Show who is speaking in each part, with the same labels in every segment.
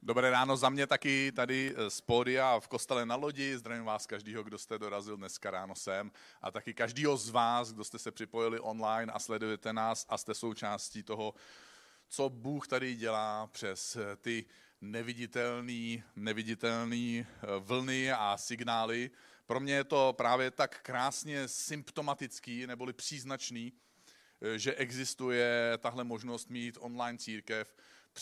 Speaker 1: Dobré ráno za mě taky tady z pódia v kostele na Lodi. Zdravím vás každýho, kdo jste dorazil dneska ráno sem a taky každýho z vás, kdo jste se připojili online a sledujete nás a jste součástí toho, co Bůh tady dělá přes ty neviditelný vlny a signály. Pro mě je to právě tak krásně symptomatický neboli příznačný, že existuje tahle možnost mít online církev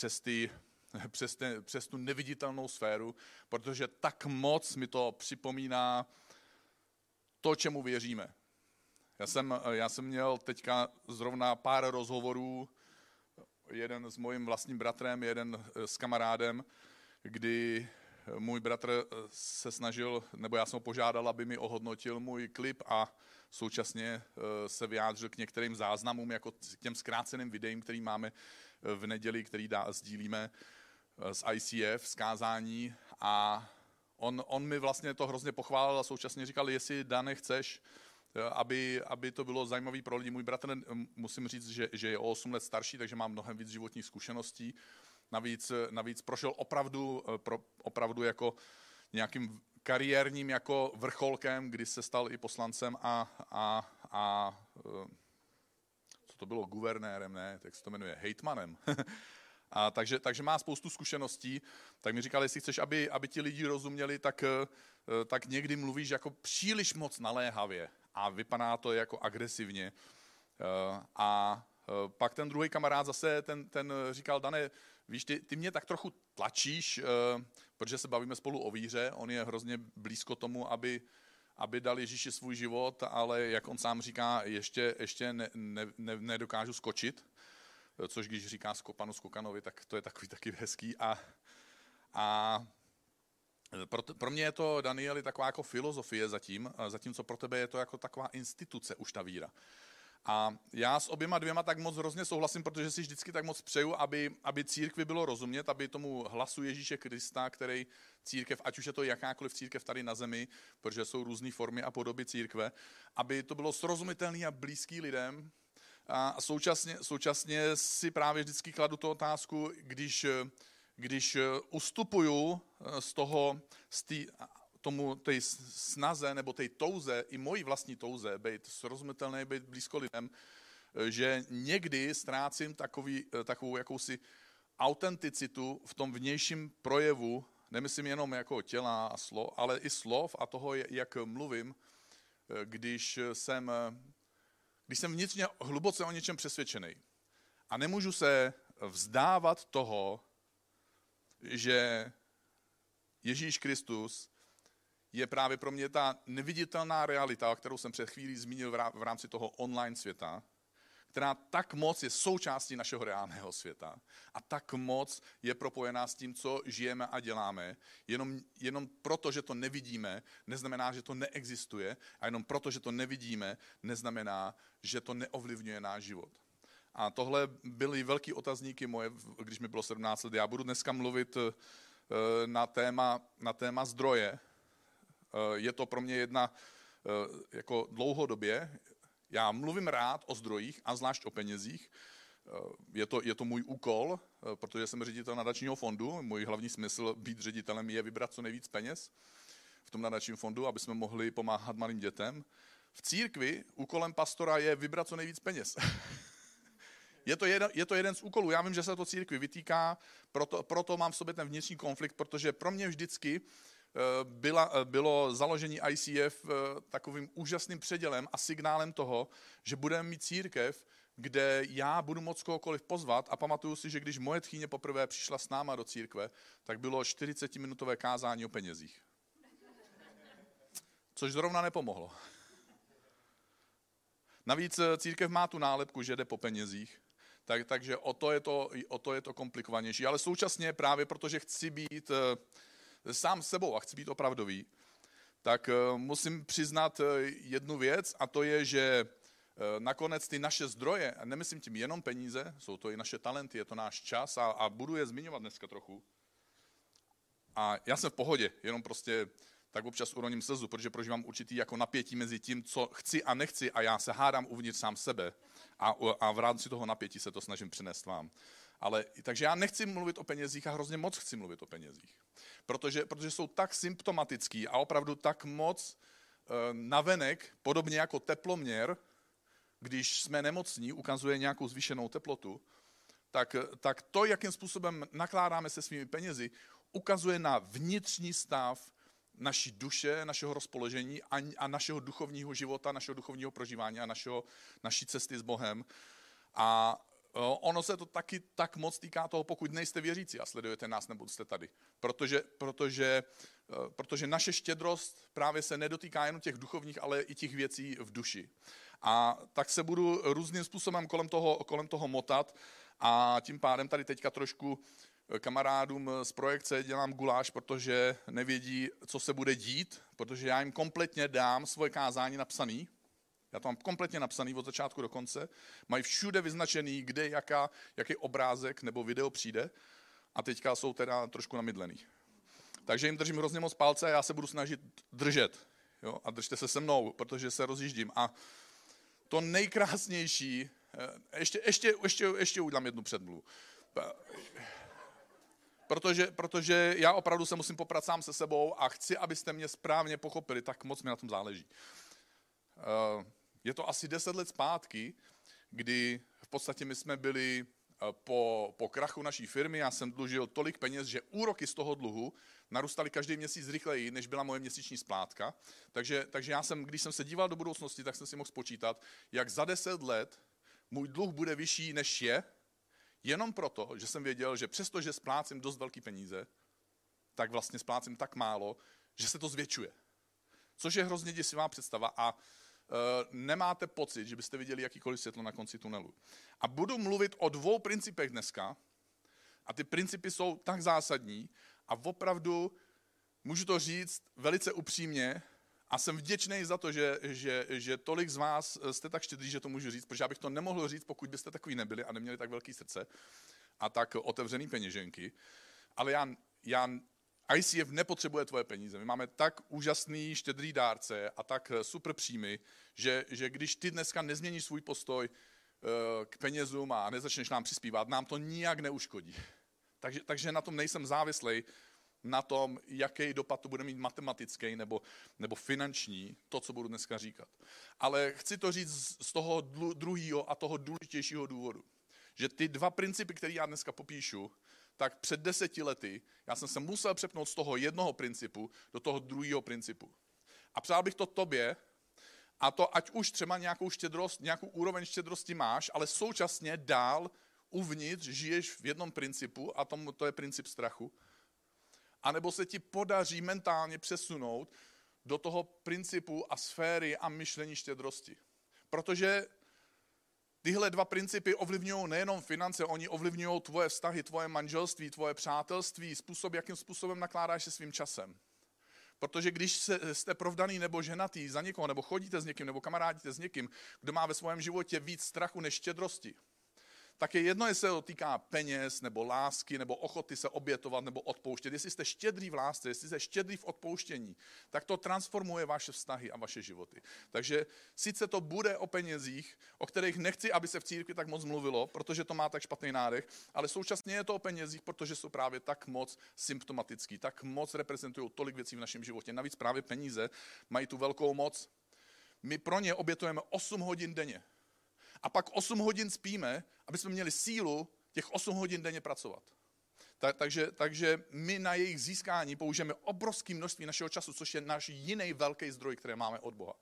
Speaker 1: přes tu neviditelnou sféru, protože tak moc mi to připomíná to, čemu věříme. Já jsem měl teďka zrovna pár rozhovorů, jeden s mojím vlastním bratrem, jeden s kamarádem, kdy můj bratr se snažil, nebo já jsem ho požádal, aby mi ohodnotil můj klip a současně se vyjádřil k některým záznamům, jako k těm zkráceným videím, který máme v neděli, který sdílíme z ICF, z kázání. A on mi vlastně to hrozně pochválil a současně říkal, jestli, Dane, chceš, aby to bylo zajímavý pro lidi. Můj bratr, musím říct, že je o 8 let starší, takže má mnohem víc životních zkušeností. Navíc prošel opravdu jako nějakým kariérním jako vrcholkem, kdy se stal i poslancem a co to bylo, guvernérem, ne, tak se to jmenuje, hejtmanem. A takže má spoustu zkušeností, tak mi říkal, jestli chceš, aby ti lidi rozuměli, tak někdy mluvíš jako příliš moc naléhavě a vypadá to jako agresivně. A pak ten druhý kamarád zase, ten říkal, Dane, víš, ty mě tak trochu tlačíš, protože se bavíme spolu o víře, on je hrozně blízko tomu, aby dal Ježíši svůj život, ale jak on sám říká, ještě nedokážu skočit, což když říká panu Skokanovi, tak to je takový taky hezký. A pro mě je to, Danieli, taková jako filozofie zatímco pro tebe je to jako taková instituce už ta víra. A já s oběma dvěma tak moc hrozně souhlasím, protože si vždycky tak moc přeju, aby církvi bylo rozumět, aby tomu hlasu Ježíše Krista, který církev, ať už je to jakákoliv církev tady na zemi, protože jsou různé formy a podoby církve, aby to bylo srozumitelné a blízký lidem. A současně si právě vždycky kladu tu otázku, když ustupuju té snaze nebo té touze, i mojí vlastní touze, být srozumitelný, být blízko lidem, že někdy ztrácím takovou jakousi autenticitu v tom vnějším projevu, nemyslím jenom jako těla a slov, ale i slov a toho, jak mluvím, když jsem vnitřně hluboce o něčem přesvědčený. A nemůžu se vzdávat toho, že Ježíš Kristus je právě pro mě ta neviditelná realita, kterou jsem před chvílí zmínil v rámci toho online světa, která tak moc je součástí našeho reálného světa a tak moc je propojená s tím, co žijeme a děláme. Jenom proto, že to nevidíme, neznamená, že to neexistuje a jenom proto, že to nevidíme, neznamená, že to neovlivňuje náš život. A tohle byly velký otazníky moje, když mi bylo 17 let. Já budu dneska mluvit na téma zdroje. Je to pro mě jedna jako dlouhodobě. Já mluvím rád o zdrojích a zvlášť o penězích. Je to můj úkol, protože jsem ředitel nadačního fondu. Můj hlavní smysl být ředitelem je vybrat co nejvíc peněz v tom nadačním fondu, aby jsme mohli pomáhat malým dětem. V církvi úkolem pastora je vybrat co nejvíc peněz. Je to jeden z úkolů. Já vím, že se to církvi vytýká, proto mám v sobě ten vnitřní konflikt, protože pro mě vždycky bylo založení ICF takovým úžasným předělem a signálem toho, že budeme mít církev, kde já budu moct kohokoliv pozvat a pamatuju si, že když moje tchýně poprvé přišla s náma do církve, tak bylo 40-minutové kázání o penězích. Což zrovna nepomohlo. Navíc církev má tu nálepku, že jde po penězích, takže o to je to komplikovanější. Ale současně právě protože chci být sám sebou a chci být opravdový, tak musím přiznat jednu věc a to je, že nakonec ty naše zdroje, a nemyslím tím jenom peníze, jsou to i naše talenty, je to náš čas a budu je zmiňovat dneska trochu. A já jsem v pohodě, jenom prostě tak občas uroním slzu, protože prožívám určitý jako napětí mezi tím, co chci a nechci a já se hádám uvnitř sám sebe a v rámci toho napětí se to snažím přinést vám. Takže já nechci mluvit o penězích a hrozně moc chci mluvit o penězích. Protože jsou tak symptomatický a opravdu tak moc navenek, podobně jako teploměr, když jsme nemocní, ukazuje nějakou zvýšenou teplotu, tak to, jakým způsobem nakládáme se svými penězi, ukazuje na vnitřní stav naší duše, našeho rozpoložení a našeho duchovního života, našeho duchovního prožívání a naší cesty s Bohem. A ono se to taky tak moc týká toho, pokud nejste věřící a sledujete nás nebo jste tady. Protože naše štědrost právě se nedotýká jenom těch duchovních, ale i těch věcí v duši. A tak se budu různým způsobem kolem toho motat a tím pádem tady teďka trošku kamarádům z projekce dělám guláš, protože nevědí, co se bude dít, protože já jim kompletně dám svoje kázání napsaný. Já to mám kompletně napsaný od začátku do konce. Mají všude vyznačený, kde jaký obrázek nebo video přijde a teďka jsou teda trošku namydlený. Takže jim držím hrozně moc palce a já se budu snažit držet. Jo? A držte se se mnou, protože se rozjíždím. A to nejkrásnější, ještě udělám jednu předmluvu. Protože já opravdu se musím poprat sám se sebou a chci, abyste mě správně pochopili, tak moc mi na tom záleží. Je to asi 10 let zpátky, kdy v podstatě my jsme byli po krachu naší firmy, já jsem dlužil tolik peněz, že úroky z toho dluhu narůstaly každý měsíc rychleji, než byla moje měsíční splátka. Takže když jsem se díval do budoucnosti, tak jsem si mohl spočítat, jak za 10 let můj dluh bude vyšší, než je, jenom proto, že jsem věděl, že přestože splácím dost velký peníze, tak vlastně splácím tak málo, že se to zvětšuje. Což je hrozně děsivá představa a nemáte pocit, že byste viděli jakýkoliv světlo na konci tunelu. A budu mluvit o 2 principech dneska a ty principy jsou tak zásadní a opravdu můžu to říct velice upřímně a jsem vděčný za to, že tolik z vás jste tak štědří, že to můžu říct, protože já bych to nemohl říct, pokud byste takový nebyli a neměli tak velký srdce a tak otevřený peněženky. Ale ICF nepotřebuje tvoje peníze. My máme tak úžasný, štědrý dárce a tak super příjmy, že když ty dneska nezměníš svůj postoj k penězům a nezačneš nám přispívat, nám to nijak neuškodí. Takže na tom nejsem závislej, na tom, jaký dopad to bude mít matematický nebo finanční, to, co budu dneska říkat. Ale chci to říct z toho druhého a toho důležitějšího důvodu. Že ty 2 principy, které já dneska popíšu, tak před 10 lety já jsem se musel přepnout z toho jednoho principu do toho druhého principu. A přál bych to tobě, a to ať už třeba nějakou štědrost, nějakou úroveň štědrosti máš, ale současně dál uvnitř žiješ v jednom principu, a to je princip strachu. A nebo se ti podaří mentálně přesunout do toho principu a sféry a myšlení štědrosti. Protože tyhle 2 principy ovlivňují nejenom finance, oni ovlivňují tvoje vztahy, tvoje manželství, tvoje přátelství, způsob, jakým způsobem nakládáš se svým časem. Protože když jste provdaný nebo ženatý za někoho, nebo chodíte s někým, nebo kamarádíte s někým, kdo má ve svém životě víc strachu než štědrosti, tak je jedno, jestli se to týká peněz, nebo lásky, nebo ochoty se obětovat, nebo odpouštět. Jestli jste štědrý v lásce, jestli jste štědrý v odpouštění, tak to transformuje vaše vztahy a vaše životy. Takže sice to bude o penězích, o kterých nechci, aby se v církvi tak moc mluvilo, protože to má tak špatný nádech, ale současně je to o penězích, protože jsou právě tak moc symptomatický, tak moc reprezentují tolik věcí v našem životě. Navíc právě peníze mají tu velkou moc. My pro ně obětujeme 8 hodin denně. A pak 8 hodin spíme, aby jsme měli sílu těch 8 hodin denně pracovat. Takže my na jejich získání použijeme obrovské množství našeho času, což je náš jiný velký zdroj, který máme od Boha.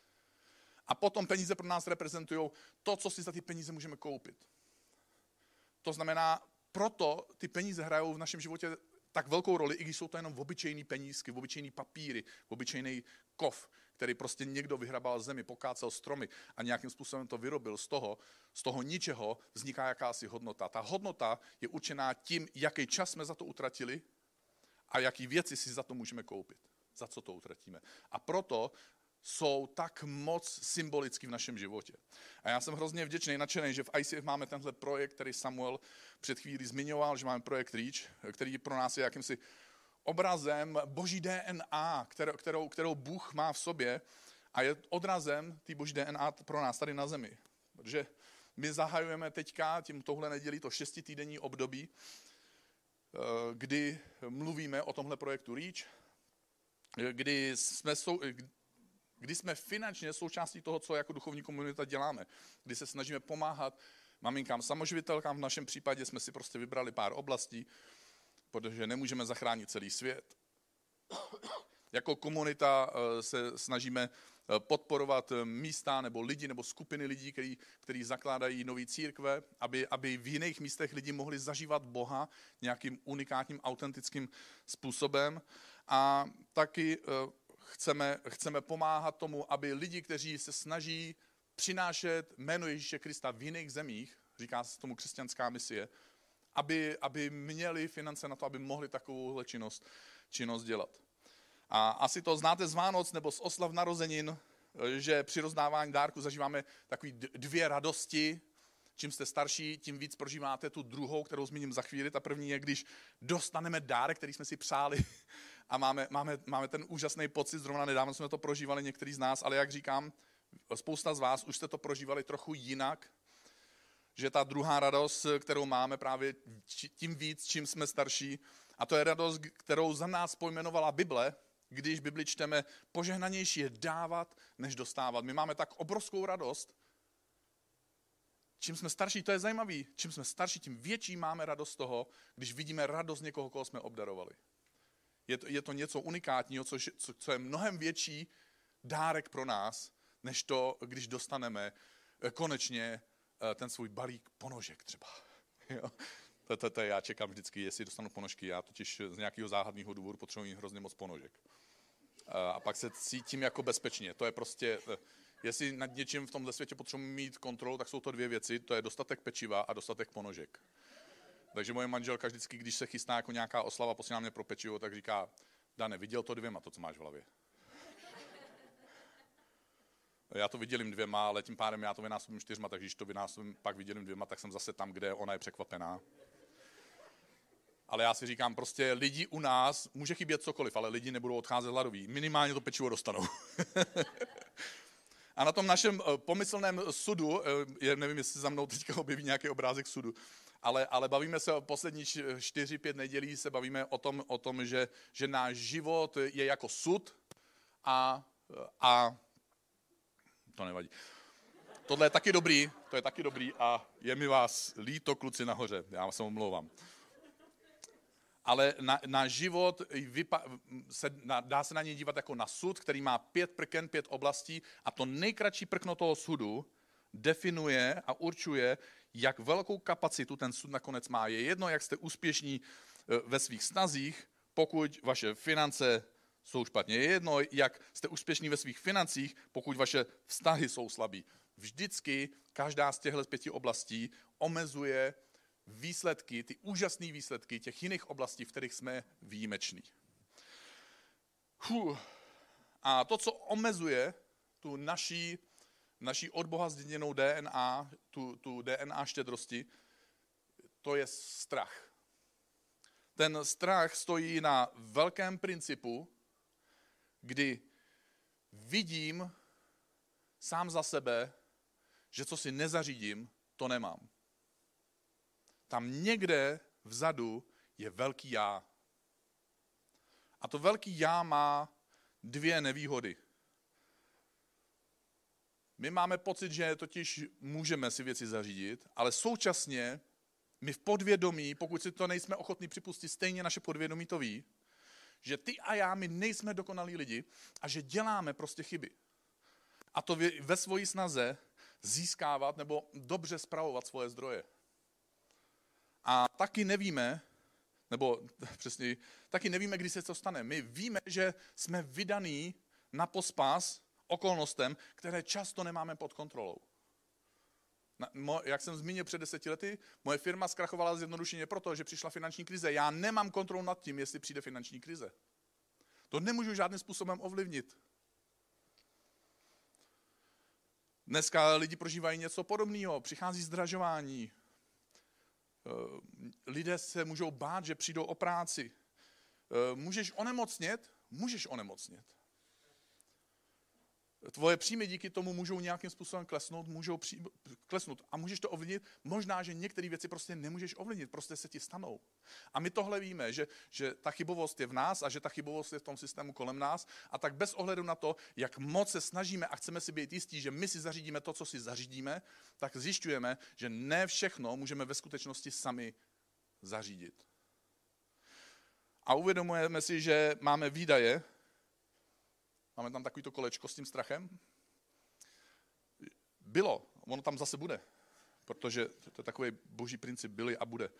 Speaker 1: A potom peníze pro nás reprezentují to, co si za ty peníze můžeme koupit. To znamená, proto ty peníze hrajou v našem životě tak velkou roli, i když jsou to jenom obyčejný penízky, obyčejný papíry, obyčejný kov, který prostě někdo vyhrabal zemi, pokácel stromy a nějakým způsobem to vyrobil z toho ničeho vzniká jakási hodnota. Ta hodnota je určená tím, jaký čas jsme za to utratili a jaký věci si za to můžeme koupit. Za co to utratíme. A proto jsou tak moc symbolicky v našem životě. A já jsem hrozně vděčný, nadšený, že v ICF máme tenhle projekt, který Samuel před chvílí zmiňoval, že máme projekt Reach, který pro nás je jakýmsi obrazem boží DNA, kterou Bůh má v sobě a je odrazem té boží DNA pro nás tady na zemi. Protože my zahajujeme teďka touhle nedělí to 6týdenní období, kdy mluvíme o tomhle projektu REACH, kdy jsme finančně součástí toho, co jako duchovní komunita děláme, kdy se snažíme pomáhat maminkám samoživitelkám. V našem případě jsme si prostě vybrali pár oblastí, protože nemůžeme zachránit celý svět. Jako komunita se snažíme podporovat místa nebo lidi nebo skupiny lidí, kteří zakládají nové církve, aby v jiných místech lidi mohli zažívat Boha nějakým unikátním, autentickým způsobem. A taky chceme pomáhat tomu, aby lidi, kteří se snaží přinášet jméno Ježíše Krista v jiných zemích, říká se tomu křesťanská misie, aby měli finance na to, aby mohli takovouhle činnost dělat. A asi to znáte z Vánoc nebo z oslav narozenin, že při rozdávání dárku zažíváme takové 2 radosti. Čím jste starší, tím víc prožíváte tu druhou, kterou zmíním za chvíli. Ta první je, když dostaneme dárek, který jsme si přáli a máme ten úžasný pocit. Zrovna nedávno jsme to prožívali některý z nás, ale jak říkám, spousta z vás už jste to prožívali trochu jinak, že ta druhá radost, kterou máme právě tím víc, čím jsme starší, a to je radost, kterou za nás pojmenovala Bible, když Bibli čteme, požehnanější je dávat, než dostávat. My máme tak obrovskou radost. Čím jsme starší, to je zajímavý, čím jsme starší, tím větší máme radost z toho, když vidíme radost někoho, koho jsme obdarovali. Je to něco unikátního, co je mnohem větší dárek pro nás, než to, když dostaneme konečně ten svůj balík ponožek třeba. Jo? To já čekám vždycky, jestli dostanu ponožky. Já totiž z nějakého záhadného důvodu potřebuji hrozně moc ponožek. A pak se cítím jako bezpečně. To je prostě, jestli nad něčím v tomhle světě potřebuji mít kontrolu, tak jsou to 2 věci. To je dostatek pečiva a dostatek ponožek. Takže moje manželka vždycky, když se chystá jako nějaká oslava, posílá mě pro pečivo, tak říká, Dane, viděl to 2, to, co máš v hlavě. Já to vydělím 2, ale tím pádem já to vynásobím 4, takže když to vynásobím, pak vydělím 2, tak jsem zase tam, kde ona je překvapená. Ale já si říkám, prostě lidi u nás, může chybět cokoliv, ale lidi nebudou odcházet hladoví. Minimálně to pečivo dostanou. A na tom našem pomyslném sudu, nevím, jestli za mnou teďka objeví nějaký obrázek sudu, ale bavíme se o poslední 4-5 nedělí, se bavíme o tom, že náš život je jako sud a to nevadí. Tohle je taky dobrý, to je taky dobrý a je mi vás líto, kluci nahoře, já se omlouvám. Ale náš život dá se na něj dívat jako na sud, který má 5 prken, 5 oblastí a to nejkratší prkno toho sudu definuje a určuje, jak velkou kapacitu ten sud nakonec má. Je jedno, jak jste úspěšní ve svých snazích, pokud vaše finance jsou špatně. Je jedno, jak jste úspěšní ve svých financích, pokud vaše vztahy jsou slabí. Vždycky každá z těchto 5 oblastí omezuje výsledky, ty úžasné výsledky těch jiných oblastí, v kterých jsme výjimeční. A to, co omezuje tu naší od Boha zděděnou DNA, tu DNA štědrosti, to je strach. Ten strach stojí na velkém principu, kdy vidím sám za sebe, že co si nezařídím, to nemám. Tam někde vzadu je velký já. A to velký já má 2 nevýhody. My máme pocit, že totiž můžeme si věci zařídit, ale současně my v podvědomí, pokud si to nejsme ochotní připustit, stejně naše podvědomí to ví, že ty a já, my nejsme dokonalí lidi a že děláme prostě chyby. A to ve svojí snaze získávat nebo dobře spravovat svoje zdroje. A taky nevíme, taky nevíme, kdy se to stane. My víme, že jsme vydaní na pospas okolnostem, které často nemáme pod kontrolou. Jak jsem zmínil před 10 lety, moje firma zkrachovala zjednodušeně proto, že přišla finanční krize. Já nemám kontrolu nad tím, jestli přijde finanční krize. To nemůžu žádným způsobem ovlivnit. Dneska lidi prožívají něco podobného, přichází zdražování. Lidé se můžou bát, že přijdou o práci. Můžeš onemocnět? Můžeš onemocnět. Tvoje příjmy díky tomu můžou nějakým způsobem klesnout a můžeš to ovlivnit. Možná, že některé věci prostě nemůžeš ovlivnit, prostě se ti stanou. A my tohle víme, že ta chybovost je v nás a že ta chybovost je v tom systému kolem nás. A tak bez ohledu na to, jak moc se snažíme a chceme si být jistí, že my si zařídíme to, co si zařídíme, tak zjišťujeme, že ne všechno můžeme ve skutečnosti sami zařídit. A uvědomujeme si, že máme výdaje. Máme tam takovýto kolečko s tím strachem. Bylo, ono tam zase bude, protože to je takový boží princip, byli a bude.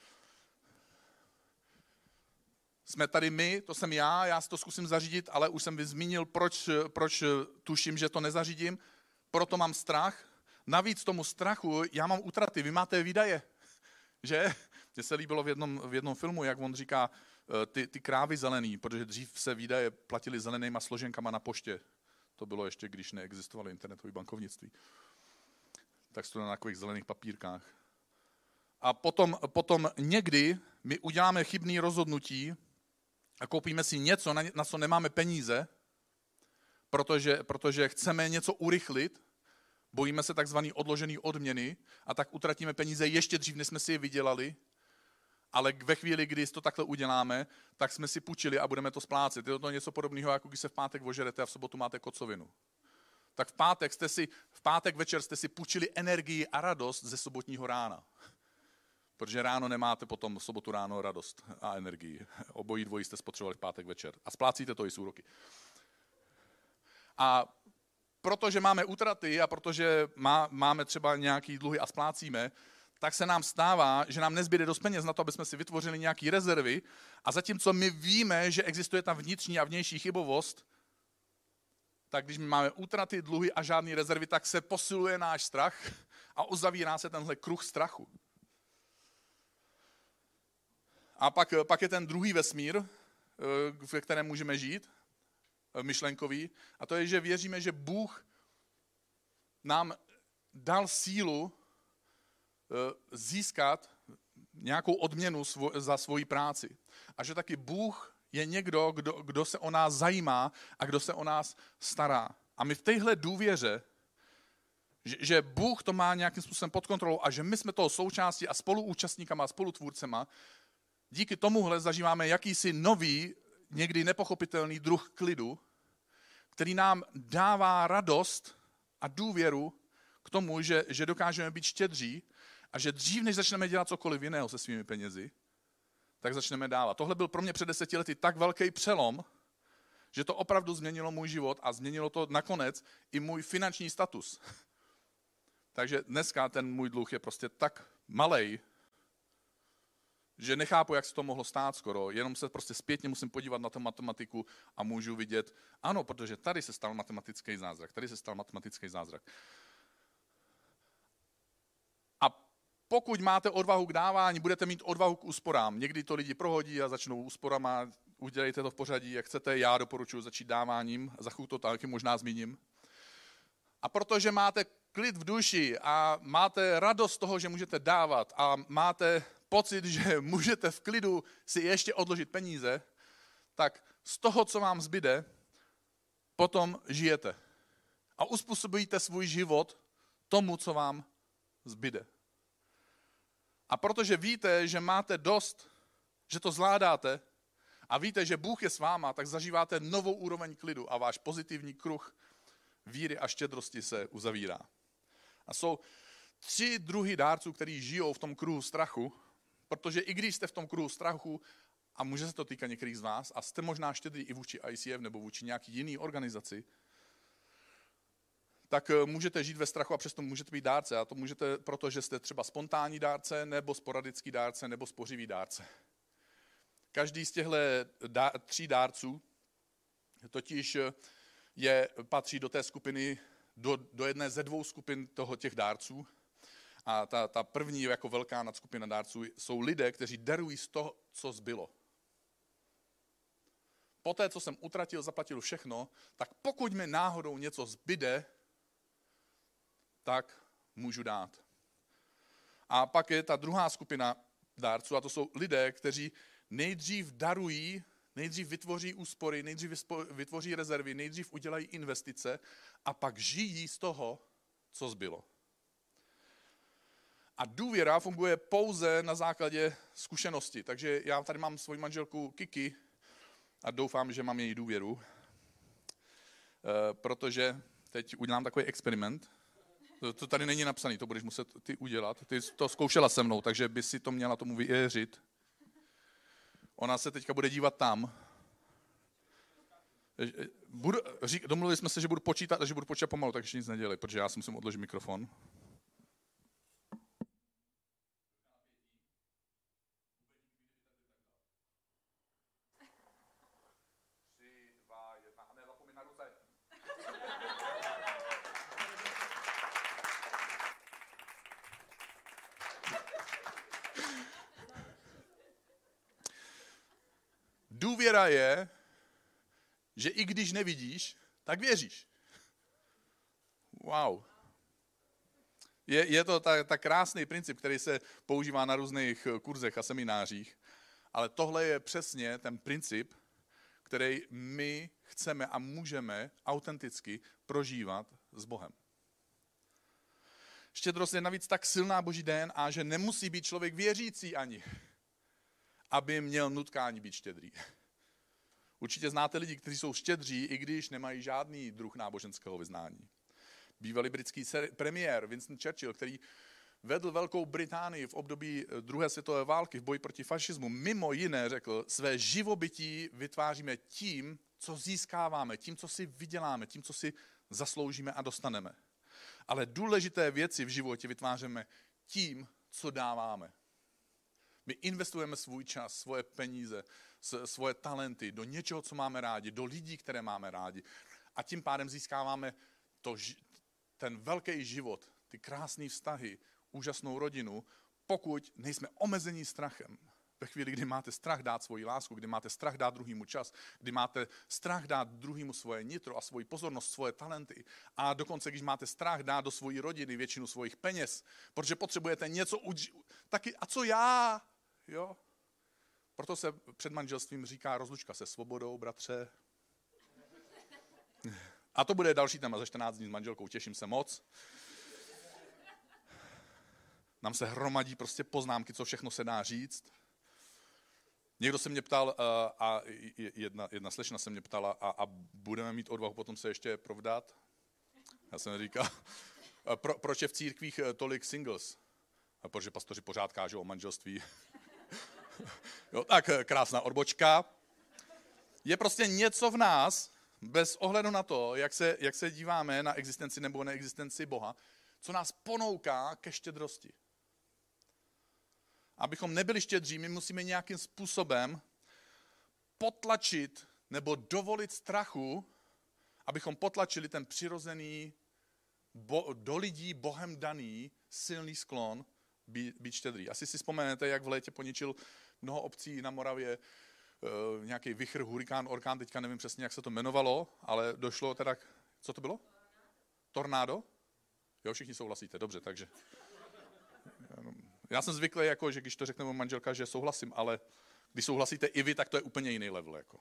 Speaker 1: Jsme tady my, to jsem já si to zkusím zařídit, ale už jsem zmínil, proč tuším, že to nezařídím, proto mám strach. Navíc tomu strachu já mám útraty, vy máte výdaje, že? Mně se líbilo v jednom filmu, jak on říká, ty krávy zelený, protože dřív se výdaje platily zelenýma složenkama na poště. To bylo ještě, když neexistovalo internetové bankovnictví. Tak to na takových zelených papírkách. A potom někdy my uděláme chybný rozhodnutí a koupíme si něco, na co nemáme peníze, protože chceme něco urychlit, bojíme se takzvaný odložený odměny a tak utratíme peníze ještě dřív, než jsme si je vydělali, ale ve chvíli, kdy to takhle uděláme, tak jsme si půjčili a budeme to splácet. Je to něco podobného, jako když se v pátek ožerete a v sobotu máte kocovinu. Tak v pátek večer jste si půjčili energii a radost ze sobotního rána. Protože ráno nemáte potom v sobotu ráno radost a energii. Obojí dvojí jste spotřebovali v pátek večer. A splácíte to i z úroky. A protože máme útraty a protože máme třeba nějaký dluhy a splácíme, tak se nám stává, že nám nezbyde dost peněz na to, aby jsme si vytvořili nějaké rezervy a zatímco my víme, že existuje ta vnitřní a vnější chybovost, tak když my máme útraty, dluhy a žádné rezervy, tak se posiluje náš strach a uzavírá se tenhle kruh strachu. A pak je ten druhý vesmír, ve kterém můžeme žít, myšlenkový, a to je, že věříme, že Bůh nám dal sílu získat nějakou odměnu za svoji práci. A že taky Bůh je někdo, kdo se o nás zajímá a kdo se o nás stará. A my v téhle důvěře, že Bůh to má nějakým způsobem pod kontrolou a že my jsme toho součástí a spoluúčastníkama a spolutvůrcema, díky tomuhle zažíváme jakýsi nový, někdy nepochopitelný druh klidu, který nám dává radost a důvěru k tomu, že dokážeme být štědří a že dřív, než začneme dělat cokoliv jiného se svými penězi, tak začneme dávat. Tohle byl pro mě před 10 lety tak velký přelom, že to opravdu změnilo můj život a změnilo to nakonec i můj finanční status. Takže dneska ten můj dluh je prostě tak malej, že nechápu, jak se to mohlo stát skoro, jenom se prostě zpětně musím podívat na tu matematiku a můžu vidět, ano, protože tady se stal matematický zázrak. A pokud máte odvahu k dávání, budete mít odvahu k úsporám. Někdy to lidi prohodí a začnou úsporama, udělejte to v pořadí, jak chcete, já doporučuji začít dáváním, za chvíli to taky možná zmíním. A protože máte klid v duši a máte radost z toho, že můžete dávat a máte pocit, že můžete v klidu si ještě odložit peníze, tak z toho, co vám zbyde, potom žijete. A uspůsobíte svůj život tomu, co vám zbyde. A protože víte, že máte dost, že to zvládáte a víte, že Bůh je s váma, tak zažíváte novou úroveň klidu a váš pozitivní kruh víry a štědrosti se uzavírá. A jsou 3 druhy dárců, kteří žijou v tom kruhu strachu, protože i když jste v tom kruhu strachu, a může se to týkat některých z vás, a jste možná štědrý i vůči ICF nebo vůči nějaký jiný organizaci, tak můžete žít ve strachu a přesto můžete být dárce. A to můžete, protože jste třeba spontánní dárce, nebo sporadický dárce, nebo spořivý dárce. Každý z těchto 3 dárců totiž patří do té skupiny, do jedné ze 2 skupin těch dárců. A ta první jako velká nadskupina dárců jsou lidé, kteří darují z toho, co zbylo. Poté, co jsem utratil, zaplatil všechno, tak pokud mi náhodou něco zbyde, tak můžu dát. A pak je ta druhá skupina dárců, a to jsou lidé, kteří nejdřív darují nejdřív vytvoří úspory, nejdřív vytvoří rezervy, nejdřív udělají investice a pak žijí z toho, co zbylo. A důvěra funguje pouze na základě zkušenosti. Takže já tady mám svoji manželku Kiki a doufám, že mám její důvěru, protože teď udělám takový experiment. To tady není napsaný, to budeš muset ty udělat. Ty to zkoušela se mnou, takže by si to měla tomu věřit. Ona se teďka bude dívat tam. Domluvili jsme se, že budu počítat a že budu počítat pomalu, takže nic nedělej, protože já si musím odložit mikrofon. Důvěra je, že i když nevidíš, tak věříš. Wow. Je to tak krásný princip, který se používá na různých kurzech a seminářích, ale tohle je přesně ten princip, který my chceme a můžeme autenticky prožívat s Bohem. Štědrost je navíc tak silná boží DNA, že nemusí být člověk věřící ani, aby měl nutkání být štědrý. Určitě znáte lidi, kteří jsou štědří, i když nemají žádný druh náboženského vyznání. Bývalý britský premiér Winston Churchill, který vedl Velkou Británii v období druhé světové války v boji proti fašismu, mimo jiné řekl, své živobytí vytváříme tím, co získáváme, tím, co si vyděláme, tím, co si zasloužíme a dostaneme. Ale důležité věci v životě vytváříme tím, co dáváme. My investujeme svůj čas, svoje peníze, svoje talenty do něčeho, co máme rádi, do lidí, které máme rádi. A tím pádem získáváme ten velký život, ty krásné vztahy, úžasnou rodinu, pokud nejsme omezení strachem. Ve chvíli, kdy máte strach dát svoji lásku, kdy máte strach dát druhýmu čas, kdy máte strach dát druhýmu svoje nitro a svoji pozornost, svoje talenty. A dokonce, když máte strach dát do svojí rodiny většinu svojich peněz, protože potřebujete něco taky, a co já? Jo? Proto se před manželstvím říká rozlučka se svobodou, bratře. A to bude další téma za 14 dní s manželkou, těším se moc. Nám se hromadí prostě poznámky, co všechno se dá říct. Někdo se mě ptal, a jedna slečna se mě ptala, a budeme mít odvahu potom se ještě provdat? Já jsem říkal, proč je v církvích tolik singles? Protože pastoři pořád kážou o manželství. Jo, tak krásná odbočka. Je prostě něco v nás, bez ohledu na to, jak se díváme na existenci nebo neexistenci Boha, co nás ponouká ke štědrosti. Abychom nebyli štědří, my musíme nějakým způsobem potlačit nebo dovolit strachu, abychom potlačili ten přirozený, do lidí Bohem daný silný sklon být štědrý. Asi si vzpomenete, jak v létě poničil mnoho obcí na Moravě nějaký vichr, hurikán, orkán, teďka nevím přesně, jak se to jmenovalo, ale došlo teda, co to bylo? Tornádo? Jo, všichni souhlasíte, dobře, takže. Já jsem zvyklý, jako, že když to řekne můj manželka, že souhlasím, ale když souhlasíte i vy, tak to je úplně jiný level. Jako.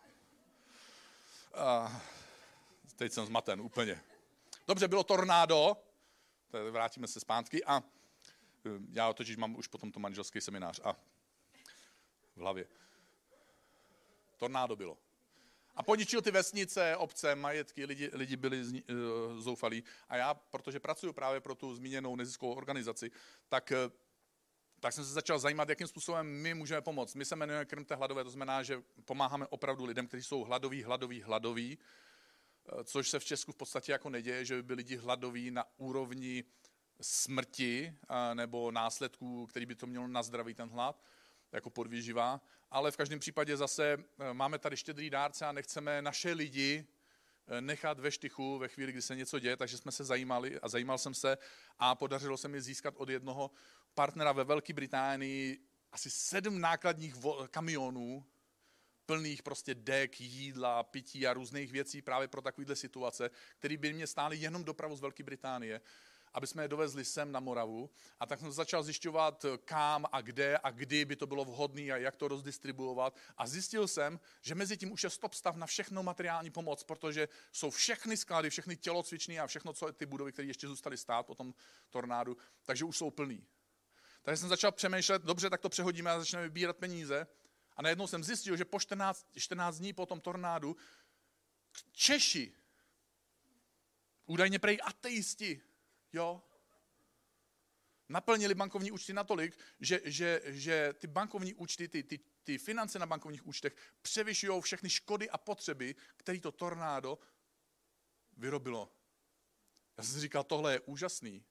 Speaker 1: Teď jsem zmaten úplně. Dobře, bylo tornádo, vrátíme se zpátky a já totiž mám už potom to manželský seminář a v hlavě. Tornádo bylo. A poničil ty vesnice, obce, majetky, lidi byli zoufalí. A já, protože pracuji právě pro tu zmíněnou neziskovou organizaci, tak jsem se začal zajímat, jakým způsobem my můžeme pomoct. My se jmenujeme Krmte hladové, to znamená, že pomáháme opravdu lidem, kteří jsou hladoví, což se v Česku v podstatě jako neděje, že by byli lidi hladoví na úrovni smrti nebo následků, který by to mělo na zdraví ten hlad, jako podvýživa. Ale v každém případě zase máme tady štědrý dárce a nechceme naše lidi nechat ve štychu ve chvíli, kdy se něco děje, takže jsme se zajímali a zajímal jsem se a podařilo se mi získat od jednoho partnera ve Velké Británii asi 7 nákladních kamionů plných prostě dek, jídla, pití a různých věcí právě pro takovéhle situace, které by mě stály jenom dopravu z Velké Británie. aby jsme je dovezli sem na Moravu. A tak jsem začal zjišťovat, kam a kde a kdy by to bylo vhodné a jak to rozdistribuovat. A zjistil jsem, že mezi tím už je stop stav na všechno materiální pomoc, protože jsou všechny sklady, všechny tělocvičny a všechno, co ty budovy, které ještě zůstaly stát po tom tornádu, takže už jsou plný. Takže jsem začal přemýšlet, dobře, tak to přehodíme a začneme vybírat peníze. A najednou jsem zjistil, že po 14 dní po tom tornádu Češi, údajně prej ateisti, jo, naplnili bankovní účty natolik, že ty bankovní účty, ty finance na bankovních účtech převyšují všechny škody a potřeby, které to tornádo vyrobilo. Já jsem si říkal, tohle je úžasný.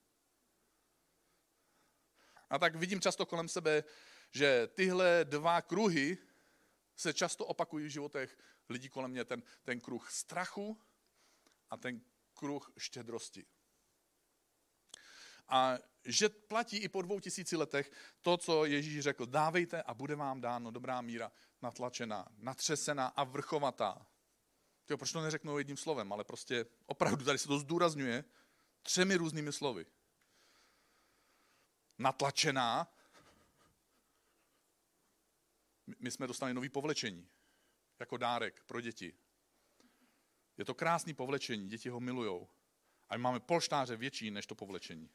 Speaker 1: A tak vidím často kolem sebe, že tyhle dva kruhy se často opakují v životech lidí kolem mě. Ten kruh strachu a ten kruh štědrosti. A že platí i po 2000 letech to, co Ježíš řekl. Dávejte a bude vám dáno dobrá míra, natlačená, natřesená a vrchovatá. Tyjo, proč to neřeknou jedním slovem, ale prostě opravdu tady se to zdůrazňuje 3 různými slovy. Natlačená. My jsme dostali nový povlečení jako dárek pro děti. Je to krásný povlečení, děti ho milujou. A my máme polštáře větší než to povlečení.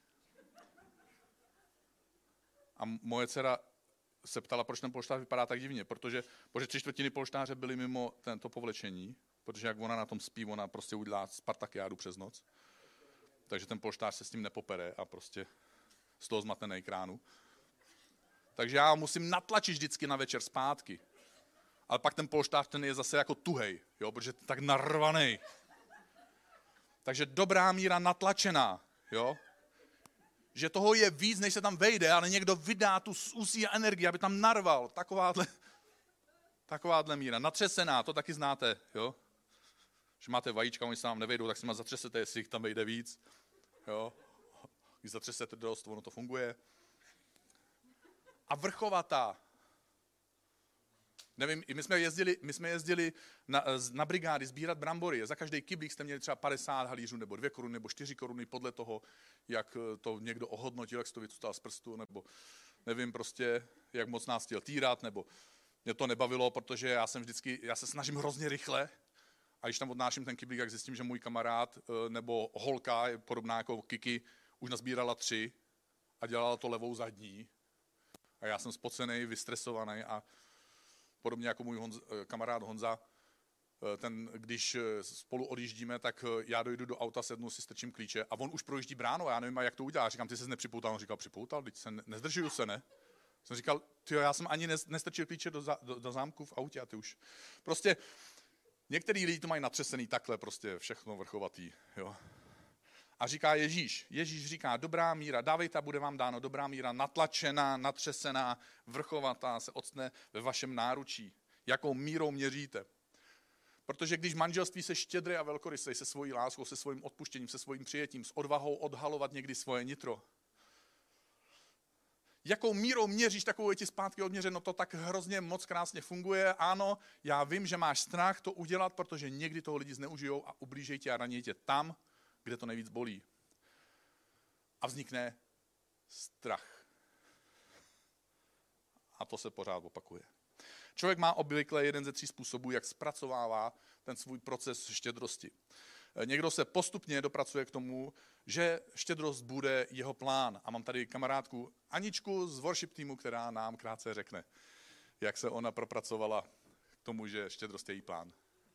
Speaker 1: A moje dcera se ptala, proč ten polštář vypadá tak divně, protože 3/4 polštáře byly mimo tento povlečení, protože jak ona na tom spí, ona prostě udělá spartakiádu přes noc. Takže ten polštář se s tím nepopere a prostě z toho zmatne na ekránu. Takže já musím natlačit vždycky na večer zpátky. Ale pak ten polštář ten je zase jako tuhej, jo, protože je tak narvaný. Takže dobrá míra natlačená, jo. Že toho je víc, než se tam vejde, ale někdo vydá tu úsilí a energii, aby tam narval. Takováhle míra. Natřesená, to taky znáte, jo. Že máte vajíčka, oni se vám nevejdou, tak si ma zatřesete, jestli jich tam vejde víc. Jo. Když zatřesete dost, ono to funguje. A vrchovatá. Nevím, my jsme jezdili na brigády sbírat brambory. Za každý kyblík jste měli třeba 50 halířů, nebo 2 koruny, nebo 4 koruny, podle toho, jak to někdo ohodnotil, jak se to vycutal z prstu, nebo nevím prostě, jak moc nás chtěl týrat, nebo mě to nebavilo, protože já se snažím hrozně rychle, a když tam odnáším ten kyblík, jak zjistím, že můj kamarád nebo holka, je podobná jako Kiki, už nazbírala 3 a dělala to levou zadní. A já jsem spocený, vystresovaný a podobně jako můj kamarád Honza, když spolu odjíždíme, tak já dojdu do auta, sednu si, strčím klíče a on už projíždí bránu a já nevím, jak to udělá. Říkám, ty jsi nepřipoutal? On říkal, připoutal, teď se nezdržuju se, ne? Jsem říkal, tyjo, já jsem ani nestrčil klíče do zámku v autě a ty už. Prostě některý lidi to mají natřesený takhle, prostě všechno vrchovatý, jo. A říká Ježíš říká, dobrá míra, dávejte a bude vám dáno, dobrá míra, natlačená, natřesená, vrchovatá se octne ve vašem náručí. Jakou mírou měříte? Protože když manželství se štědrý a velkorysej, se svojí láskou, se svým odpuštěním, se svým přijetím, s odvahou odhalovat někdy svoje nitro. Jakou mírou měříš, takovou je ti zpátky odměřeno, to tak hrozně moc krásně funguje. Ano, já vím, že máš strach to udělat, protože někdy toho lidi zneužijou a ublížejí tě a raní tě tam, kde to nejvíc bolí. A vznikne strach. A to se pořád opakuje. Člověk má obvykle jeden ze 3 způsobů, jak zpracovává ten svůj proces štědrosti. Někdo se postupně dopracuje k tomu, že štědrost bude jeho plán. A mám tady kamarádku Aničku z worship týmu, která nám krátce řekne, jak se ona propracovala k tomu, že štědrost je její plán.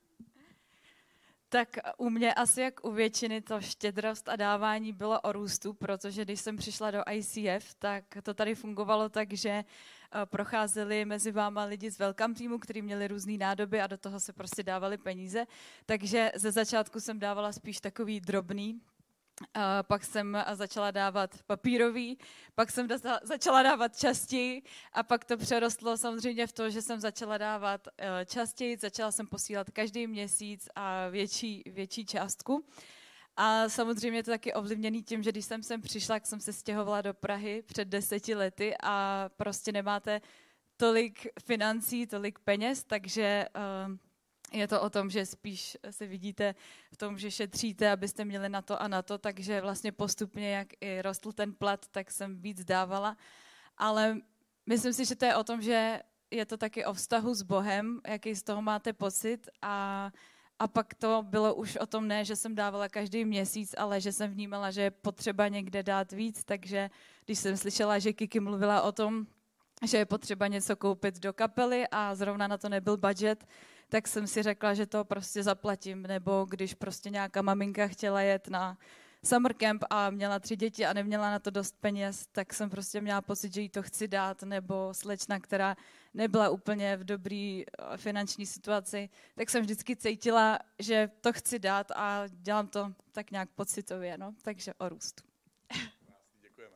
Speaker 2: Tak u mě asi jak u většiny to štědrost a dávání bylo o růstu, protože když jsem přišla do ICF, tak to tady fungovalo tak, že procházeli mezi váma lidi z welcome týmu, kteří měli různý nádoby a do toho se prostě dávali peníze. Takže ze začátku jsem dávala spíš takový drobný, pak jsem začala dávat papírový, pak jsem začala dávat častěji a pak to přerostlo samozřejmě v to, že jsem začala dávat častěji, začala jsem posílat každý měsíc a větší částku. A samozřejmě to taky ovlivněný tím, že když jsem sem přišla, tak jsem se stěhovala do Prahy před 10 lety a prostě nemáte tolik financí, tolik peněz, takže je to o tom, že spíš se vidíte v tom, že šetříte, abyste měli na to a na to, takže vlastně postupně, jak i rostl ten plat, tak jsem víc dávala. Ale myslím si, že to je o tom, že je to taky o vztahu s Bohem, jaký z toho máte pocit a pak to bylo už o tom ne, že jsem dávala každý měsíc, ale že jsem vnímala, že je potřeba někde dát víc, takže když jsem slyšela, že Kiki mluvila o tom, že je potřeba něco koupit do kapely a zrovna na to nebyl budget, tak jsem si řekla, že to prostě zaplatím, nebo když prostě nějaká maminka chtěla jet na summer camp a měla 3 děti a neměla na to dost peněz, tak jsem prostě měla pocit, že jí to chci dát, nebo slečna, která nebyla úplně v dobrý finanční situaci, tak jsem vždycky cítila, že to chci dát a dělám to tak nějak pocitově, no, takže o růstu.
Speaker 1: Děkujeme.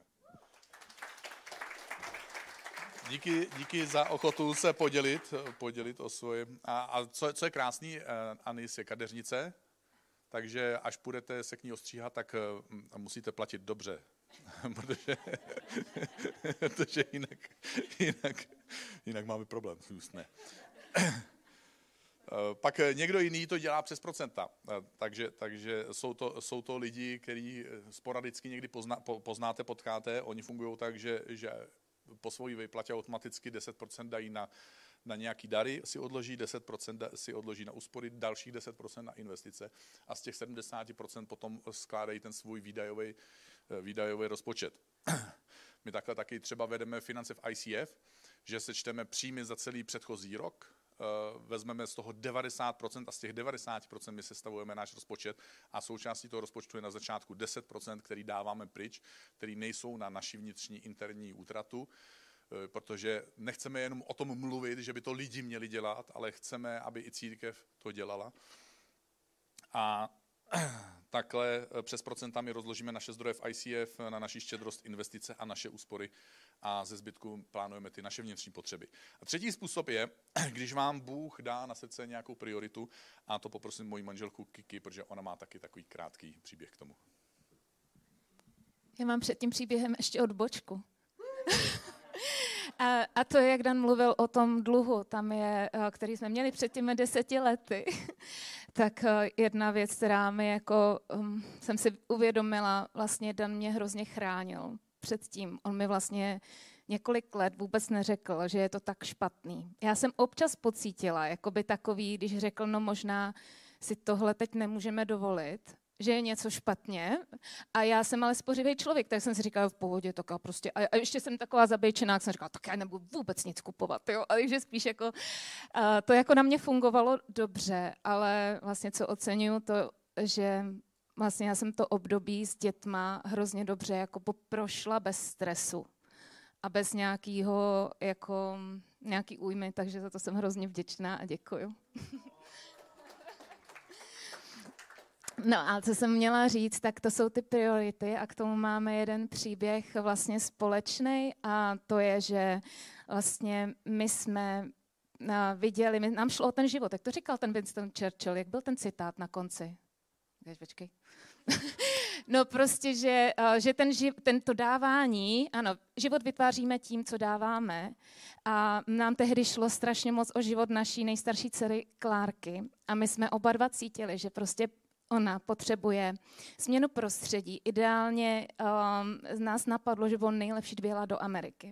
Speaker 1: Díky za ochotu se podělit o svoje. A co je krásný, Anis je kadeřnice, takže až půjdete se k ní ostříhat, tak musíte platit dobře, protože jinak máme problém. Ne. Pak někdo jiný to dělá přes procenta, takže jsou to lidi, který sporadicky někdy poznáte, potkáte, oni fungují tak, že po svojí výplatě automaticky 10% dají na nějaký dary, si odloží 10% si odloží na úspory, dalších 10% na investice a z těch 70% potom skládají ten svůj výdajový rozpočet. My takhle taky třeba vedeme finance v ICF, že sečteme příjmy za celý předchozí rok, vezmeme z toho 90% a z těch 90% my sestavujeme náš rozpočet a součástí toho rozpočtu je na začátku 10%, který dáváme pryč, který nejsou na naši vnitřní interní útratu, protože nechceme jenom o tom mluvit, že by to lidi měli dělat, ale chceme, aby i církev to dělala. A takhle přes procentami rozložíme naše zdroje v ICF na naši štědrost, investice a naše úspory a ze zbytku plánujeme ty naše vnitřní potřeby. A třetí způsob je, když vám Bůh dá na srdce nějakou prioritu, a to poprosím moji manželku Kiki, protože ona má taky takový krátký příběh k tomu.
Speaker 3: Já mám před tím příběhem ještě odbočku. A to je, jak Dan mluvil o tom dluhu, tam je, který jsme měli před těmi 10 lety. Tak jedna věc, která mi jako jsem si uvědomila, vlastně Dan mě hrozně chránil předtím. On mi vlastně několik let vůbec neřekl, že je to tak špatný. Já jsem občas pocítila, jakoby takový, když řekl, no možná si tohle teď nemůžeme dovolit, že je něco špatně a já jsem ale spořivý člověk, tak jsem si říkala v pohodě, tak a prostě a ještě jsem taková zabejčená, jak jsem říkala, tak já nebudu vůbec nic kupovat, jo, a takže spíš jako to jako na mě fungovalo dobře, ale vlastně co oceňuju to, že vlastně já jsem to období s dětma hrozně dobře jako prošla bez stresu a bez nějakého jako nějaký újmy, takže za to jsem hrozně vděčná a děkuju. No a co jsem měla říct, tak to jsou ty priority a k tomu máme jeden příběh vlastně společný a to je, že vlastně my jsme viděli, nám šlo o ten život, jak to říkal ten Winston Churchill, jak byl ten citát na konci? Počkej. No prostě, že tento dávání, ano, život vytváříme tím, co dáváme a nám tehdy šlo strašně moc o život naší nejstarší dcery Klárky a my jsme oba dva cítili, že prostě ona potřebuje změnu prostředí. Ideálně z nás napadlo, že bylo nejlepší, kdyby jela do Ameriky.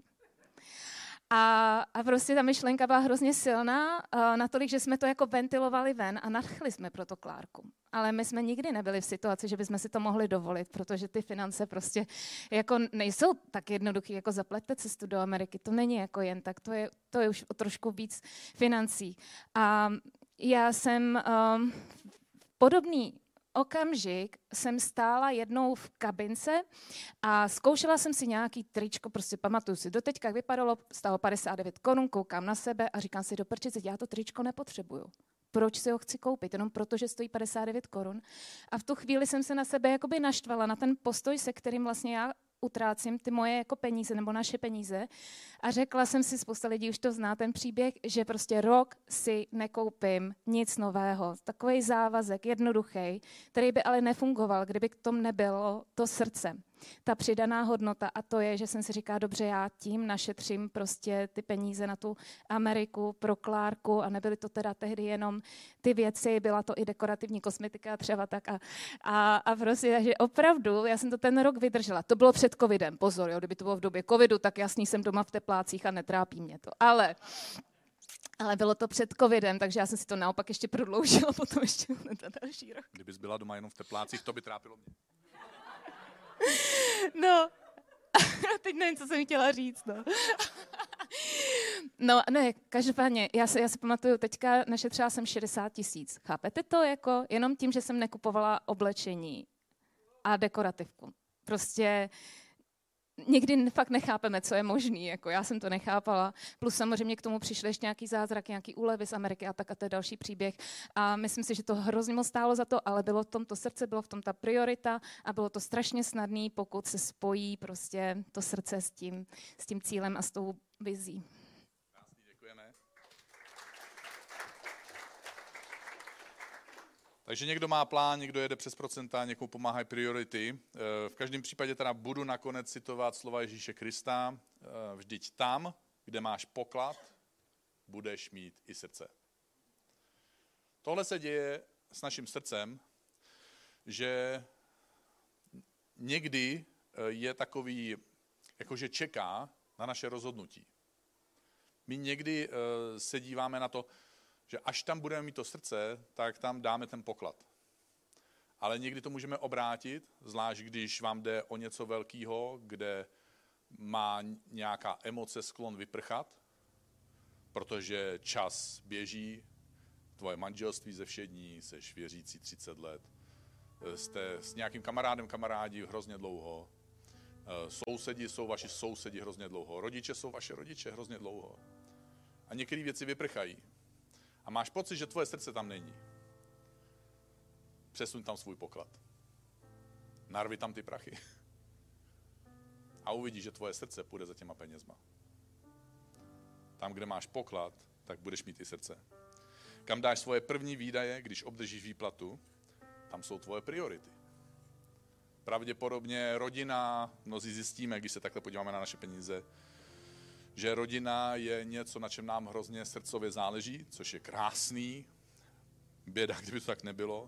Speaker 3: A prostě ta myšlenka byla hrozně silná, natolik, že jsme to jako ventilovali ven a nadchli jsme pro to Klárku. Ale my jsme nikdy nebyli v situaci, že bychom si to mohli dovolit, protože ty finance prostě jako nejsou tak jednoduchý, jako zaplaťte cestu do Ameriky. To není jako jen tak, to je už o trošku víc financí. A já jsem podobný okamžik jsem stála jednou v kabince a zkoušela jsem si nějaký tričko, prostě pamatuju si doteďka, jak vypadalo, stálo 59 korun, koukám na sebe a říkám si do prčice, já to tričko nepotřebuju. Proč si ho chci koupit? Jenom proto, že stojí 59 korun. A v tu chvíli jsem se na sebe jakoby naštvala, na ten postoj, se kterým vlastně já utrácím ty moje jako peníze nebo naše peníze a řekla jsem si, spousta lidí už to zná, ten příběh, že prostě rok si nekoupím nic nového. Takový závazek, jednoduchý, který by ale nefungoval, kdyby k tomu nebylo to srdce. ta přidaná hodnota a to je, že jsem si říká, dobře, já tím našetřím prostě ty peníze na tu Ameriku pro Klárku a nebyly to teda tehdy jenom ty věci, byla to i dekorativní kosmetika třeba tak a prostě, takže opravdu, já jsem to ten rok vydržela. To bylo před covidem, pozor, jo, kdyby to bylo v době covidu, tak jasný, jsem doma v teplácích a netrápí mě to, ale bylo to před covidem, takže já jsem si to naopak ještě prodloužila potom ještě na další rok.
Speaker 1: Kdybys byla doma jenom v teplácích, to by trápilo mě.
Speaker 3: No, teď nevím, co jsem chtěla říct, no. No, ne, každopádně, já si pamatuju, teďka našetřila jsem 60 000. Chápete to? Jako jenom tím, že jsem nekupovala oblečení a dekorativku. Prostě někdy fakt nechápeme, co je možný, jako já jsem to nechápala. Plus samozřejmě k tomu přišly ještě nějaký zázrak, nějaký úlevy z Ameriky a tak a to je další příběh. A myslím si, že to hrozně moc stálo za to, ale bylo v tom to srdce, bylo v tom ta priorita a bylo to strašně snadné, pokud se spojí prostě to srdce s tím cílem a s tou vizí.
Speaker 1: Krásný, děkujeme. Takže někdo má plán, někdo jede přes procenta, někomu pomáhají priority. V každém případě teda budu nakonec citovat slova Ježíše Krista. Vždyť tam, kde máš poklad, budeš mít i srdce. Tohle se děje s naším srdcem, že někdy je takový, jakože čeká na naše rozhodnutí. My někdy se díváme na to, že až tam budeme mít to srdce, tak tam dáme ten poklad. Ale někdy to můžeme obrátit, zvlášť když vám jde o něco velkého, kde má nějaká emoce sklon vyprchat, protože čas běží, tvoje manželství ze všední, seš věřící 30 let, jste s nějakým kamarádi hrozně dlouho, sousedi jsou vaši sousedi hrozně dlouho, rodiče jsou vaše rodiče hrozně dlouho. A některé věci vyprchají. A máš pocit, že tvoje srdce tam není. Přesuň tam svůj poklad. Narvi tam ty prachy. A uvidíš, že tvoje srdce půjde za těma penězma. Tam, kde máš poklad, tak budeš mít i srdce. Kam dáš svoje první výdaje, když obdržíš výplatu, tam jsou tvoje priority. Pravděpodobně rodina, mnozí zjistíme, když se takhle podíváme na naše peníze, že rodina je něco, na čem nám hrozně srdcově záleží, což je krásný. Běda, kdyby to tak nebylo.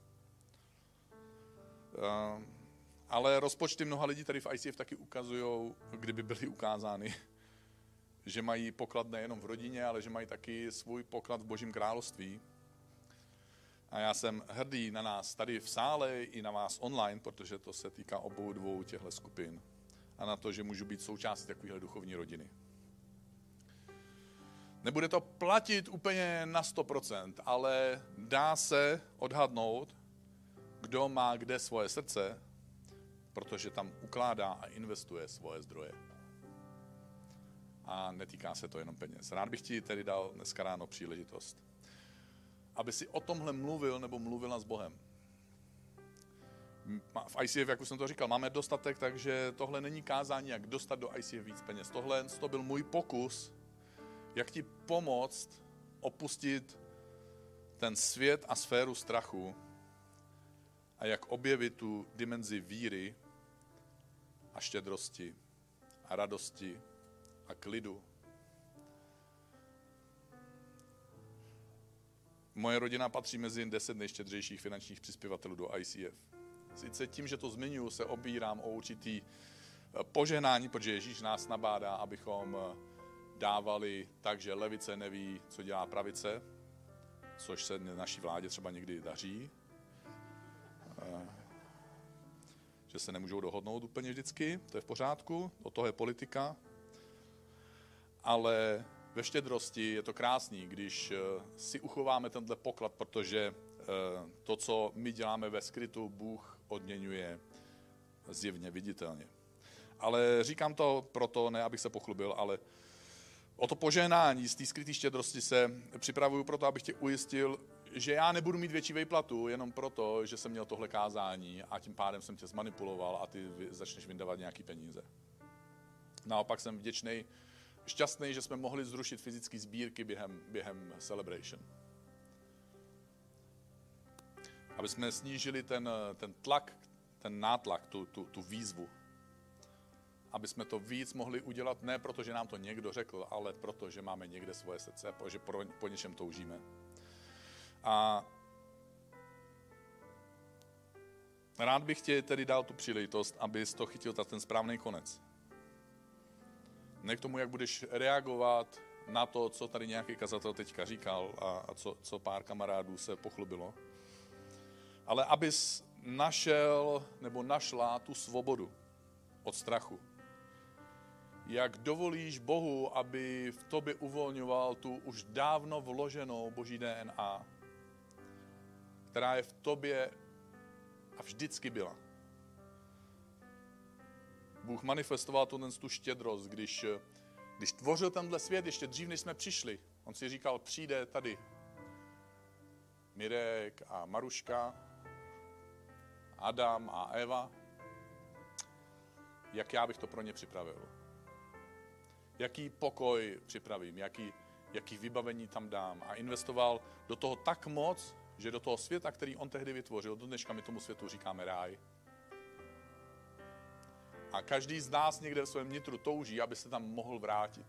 Speaker 1: Ale rozpočty mnoha lidí tady v ICF taky ukazují, kdyby byly ukázány, že mají poklad nejenom v rodině, ale že mají taky svůj poklad v Božím království. A já jsem hrdý na nás tady v sále i na vás online, protože to se týká obou dvou těchto skupin. A na to, že můžu být součástí takovéhle duchovní rodiny. Nebude to platit úplně na 100%, ale dá se odhadnout, kdo má kde svoje srdce, protože tam ukládá a investuje svoje zdroje. A netýká se to jenom peněz. Rád bych ti tedy dal dneska ráno příležitost, aby si o tomhle mluvil nebo mluvila s Bohem. V ICF, jak už jsem to říkal, máme dostatek, takže tohle není kázání, jak dostat do ICF víc peněz. Tohle to byl můj pokus, jak ti pomoct opustit ten svět a sféru strachu a jak objevit tu dimenzi víry a štědrosti a radosti a klidu. Moje rodina patří mezi 10 nejštědřejších finančních přispěvatelů do ICF. Sice tím, že to zmiňuji, se opírám o určitý požehnání, protože Ježíš nás nabádá, abychom dávali tak, že levice neví, co dělá pravice, což se naší vládě třeba někdy daří, že se nemůžou dohodnout úplně vždycky, to je v pořádku, od toho je politika, ale ve štědrosti je to krásný, když si uchováme tenhle poklad, protože to, co my děláme ve skrytu, Bůh odměňuje zjevně, viditelně. Ale říkám to proto, ne abych se pochlubil, ale o to požehnání z té skryté štědrosti se připravuju proto, abych tě ujistil, že já nebudu mít větší výplatu jenom proto, že jsem měl tohle kázání a tím pádem jsem tě zmanipuloval a ty začneš vyndávat nějaký peníze. Naopak jsem vděčný, šťastný, že jsme mohli zrušit fyzické sbírky během celebration. Aby jsme snížili ten tlak, ten nátlak, tu výzvu. Aby jsme to víc mohli udělat, ne proto, že nám to někdo řekl, ale proto, že máme někde svoje srdce, že po něčem toužíme. A rád bych ti tedy dal tu příležitost, abys to chytil za ten správný konec. Ne k tomu, jak budeš reagovat na to, co tady nějaký kazatel teďka říkal a co pár kamarádů se pochlubilo. Ale abys našel nebo našla tu svobodu od strachu. Jak dovolíš Bohu, aby v tobě uvolňoval tu už dávno vloženou Boží DNA, která je v tobě a vždycky byla. Bůh manifestoval tu štědrost, když tvořil tenhle svět, ještě dřív, než jsme přišli. On si říkal, přijde tady Mirek a Maruška, Adam a Eva, jak já bych to pro ně připravil. Jaký pokoj připravím, jaký vybavení tam dám. A investoval do toho tak moc, že do toho světa, který on tehdy vytvořil, do dneška my tomu světu říkáme ráj. A každý z nás někde v svém nitru touží, aby se tam mohl vrátit.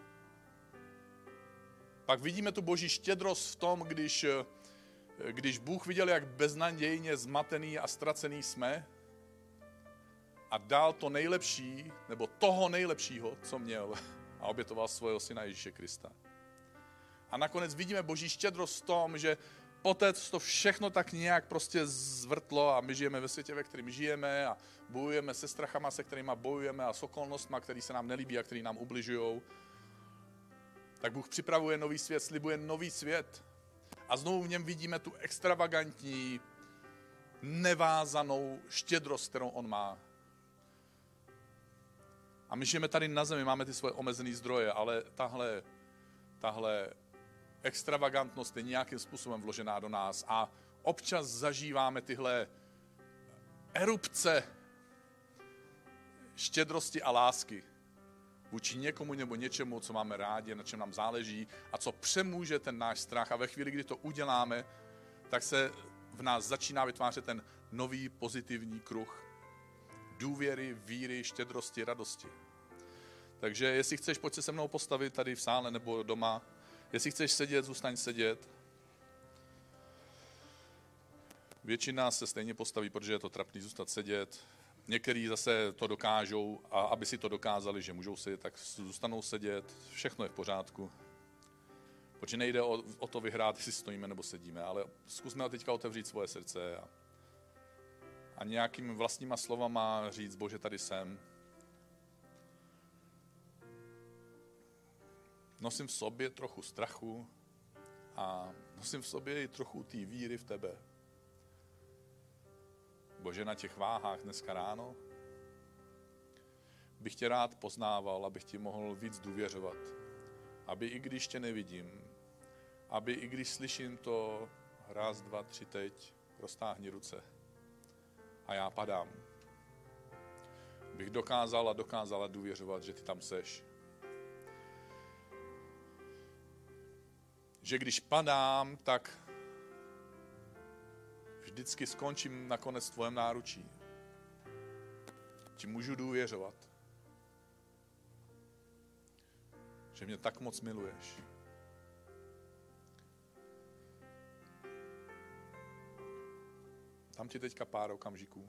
Speaker 1: Pak vidíme tu Boží štědrost v tom, když Bůh viděl, jak beznadějně zmatený a ztracený jsme a dal to nejlepší, nebo toho nejlepšího, co měl, a obětoval svého syna Ježíše Krista. A nakonec vidíme Boží štědrost v tom, že poté, co to všechno tak nějak prostě zvrtlo a my žijeme ve světě, ve kterém žijeme a bojujeme se strachama, se kterými bojujeme a s okolnostmi, které se nám nelíbí a které nám ubližují, tak Bůh připravuje nový svět, slibuje nový svět. A znovu v něm vidíme tu extravagantní, nevázanou štědrost, kterou on má. A my žijeme tady na zemi, máme ty svoje omezené zdroje, ale tahle extravagantnost je nějakým způsobem vložená do nás a občas zažíváme tyhle erupce štědrosti a lásky vůči někomu nebo něčemu, co máme rádi, na čem nám záleží a co přemůže ten náš strach. A ve chvíli, kdy to uděláme, tak se v nás začíná vytvářet ten nový pozitivní kruh důvěry, víry, štědrosti, radosti. Takže jestli chceš, pojď se se mnou postavit tady v sále nebo doma. Jestli chceš sedět, zůstaň sedět. Většina se stejně postaví, protože je to trapný zůstat sedět. Někteří zase to dokážou a aby si to dokázali, že můžou sedět, tak zůstanou sedět. Všechno je v pořádku. Protože nejde o to vyhrát, jestli stojíme nebo sedíme, ale zkusme teďka otevřít svoje srdce a nějakými vlastníma slovama říct, Bože, tady jsem. Nosím v sobě trochu strachu a nosím v sobě i trochu té víry v tebe. Bože, na těch váhách dneska ráno bych tě rád poznával, abych ti mohl víc důvěřovat. Aby i když tě nevidím, aby i když slyším to raz, dva, tři teď, roztáhni ruce a já padám. Bych dokázala důvěřovat, že ty tam seš. Že když padám, tak vždycky skončím nakonec v tvém náručí. Ti můžu důvěřovat. Že mě tak moc miluješ. Dám ti teďka pár okamžiků,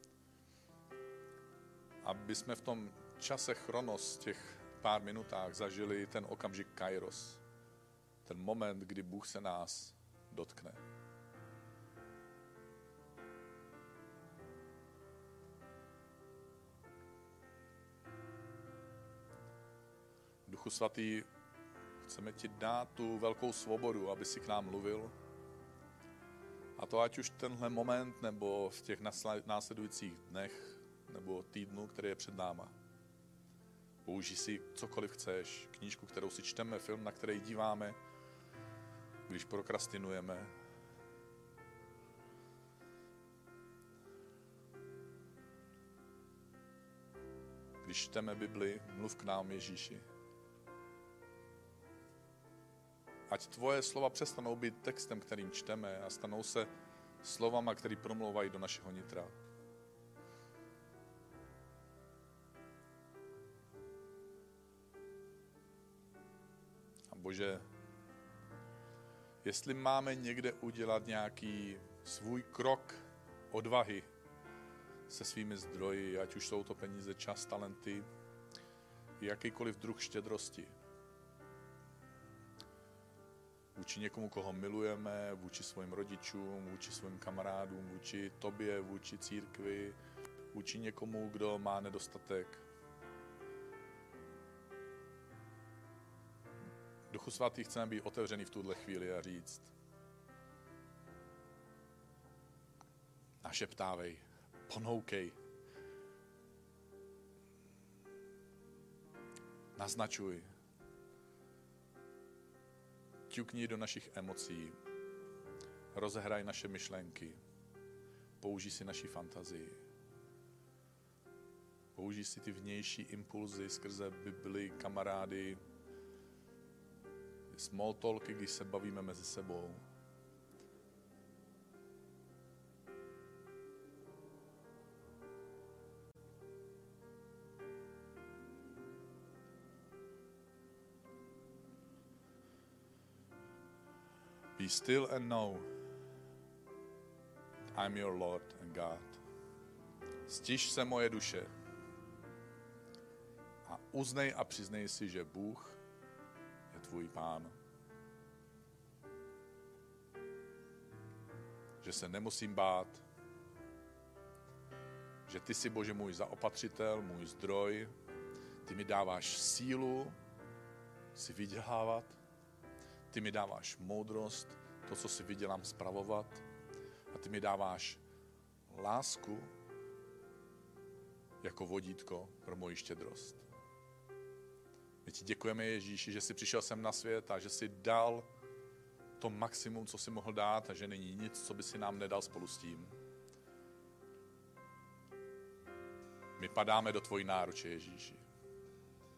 Speaker 1: aby jsme v tom čase chronos, těch pár minutách, zažili ten okamžik kairos. Ten moment, kdy Bůh se nás dotkne. Duchu svatý, chceme ti dát tu velkou svobodu, aby si k nám mluvil. A to ať už tenhle moment, nebo v těch následujících dnech, nebo týdnu, který je před náma. Použij si cokoliv chceš, knížku, kterou si čteme, film, na který díváme, když prokrastinujeme. Když čteme Bibli, mluv k nám, Ježíši. Ať tvoje slova přestanou být textem, kterým čteme, a stanou se slovama, které promlouvají do našeho nitra. Bože, jestli máme někde udělat nějaký svůj krok odvahy se svými zdroji, ať už jsou to peníze, čas, talenty, jakýkoliv druh štědrosti. Vůči někomu, koho milujeme, vůči svým rodičům, vůči svým kamarádům, vůči tobě, vůči církvi, vůči někomu, kdo má nedostatek. Duchu svatý, chceme být otevřený v tuhle chvíli a říct: našeptávej, ponoukej, naznačuj, ťukni do našich emocí, rozehraj naše myšlenky, použij si naši fantazii, použij si ty vnější impulzy skrze Bibli, kamarády, small talky, když se bavíme mezi sebou. Be still and know I'm your Lord and God. Stiš se, moje duše, a uznej a přiznej si, že Bůh je tvůj Pán. Že se nemusím bát, že ty jsi, Bože, můj zaopatřitel, můj zdroj, ty mi dáváš sílu si vydělávat, ty mi dáváš moudrost, to, co si vydělám, spravovat, a ty mi dáváš lásku jako vodítko pro moji štědrost. My ti děkujeme, Ježíši, že jsi přišel sem na svět a že jsi dal to maximum, co jsi mohl dát, a že není nic, co by si nám nedal spolu s tím. My padáme do tvojí náruče, Ježíši.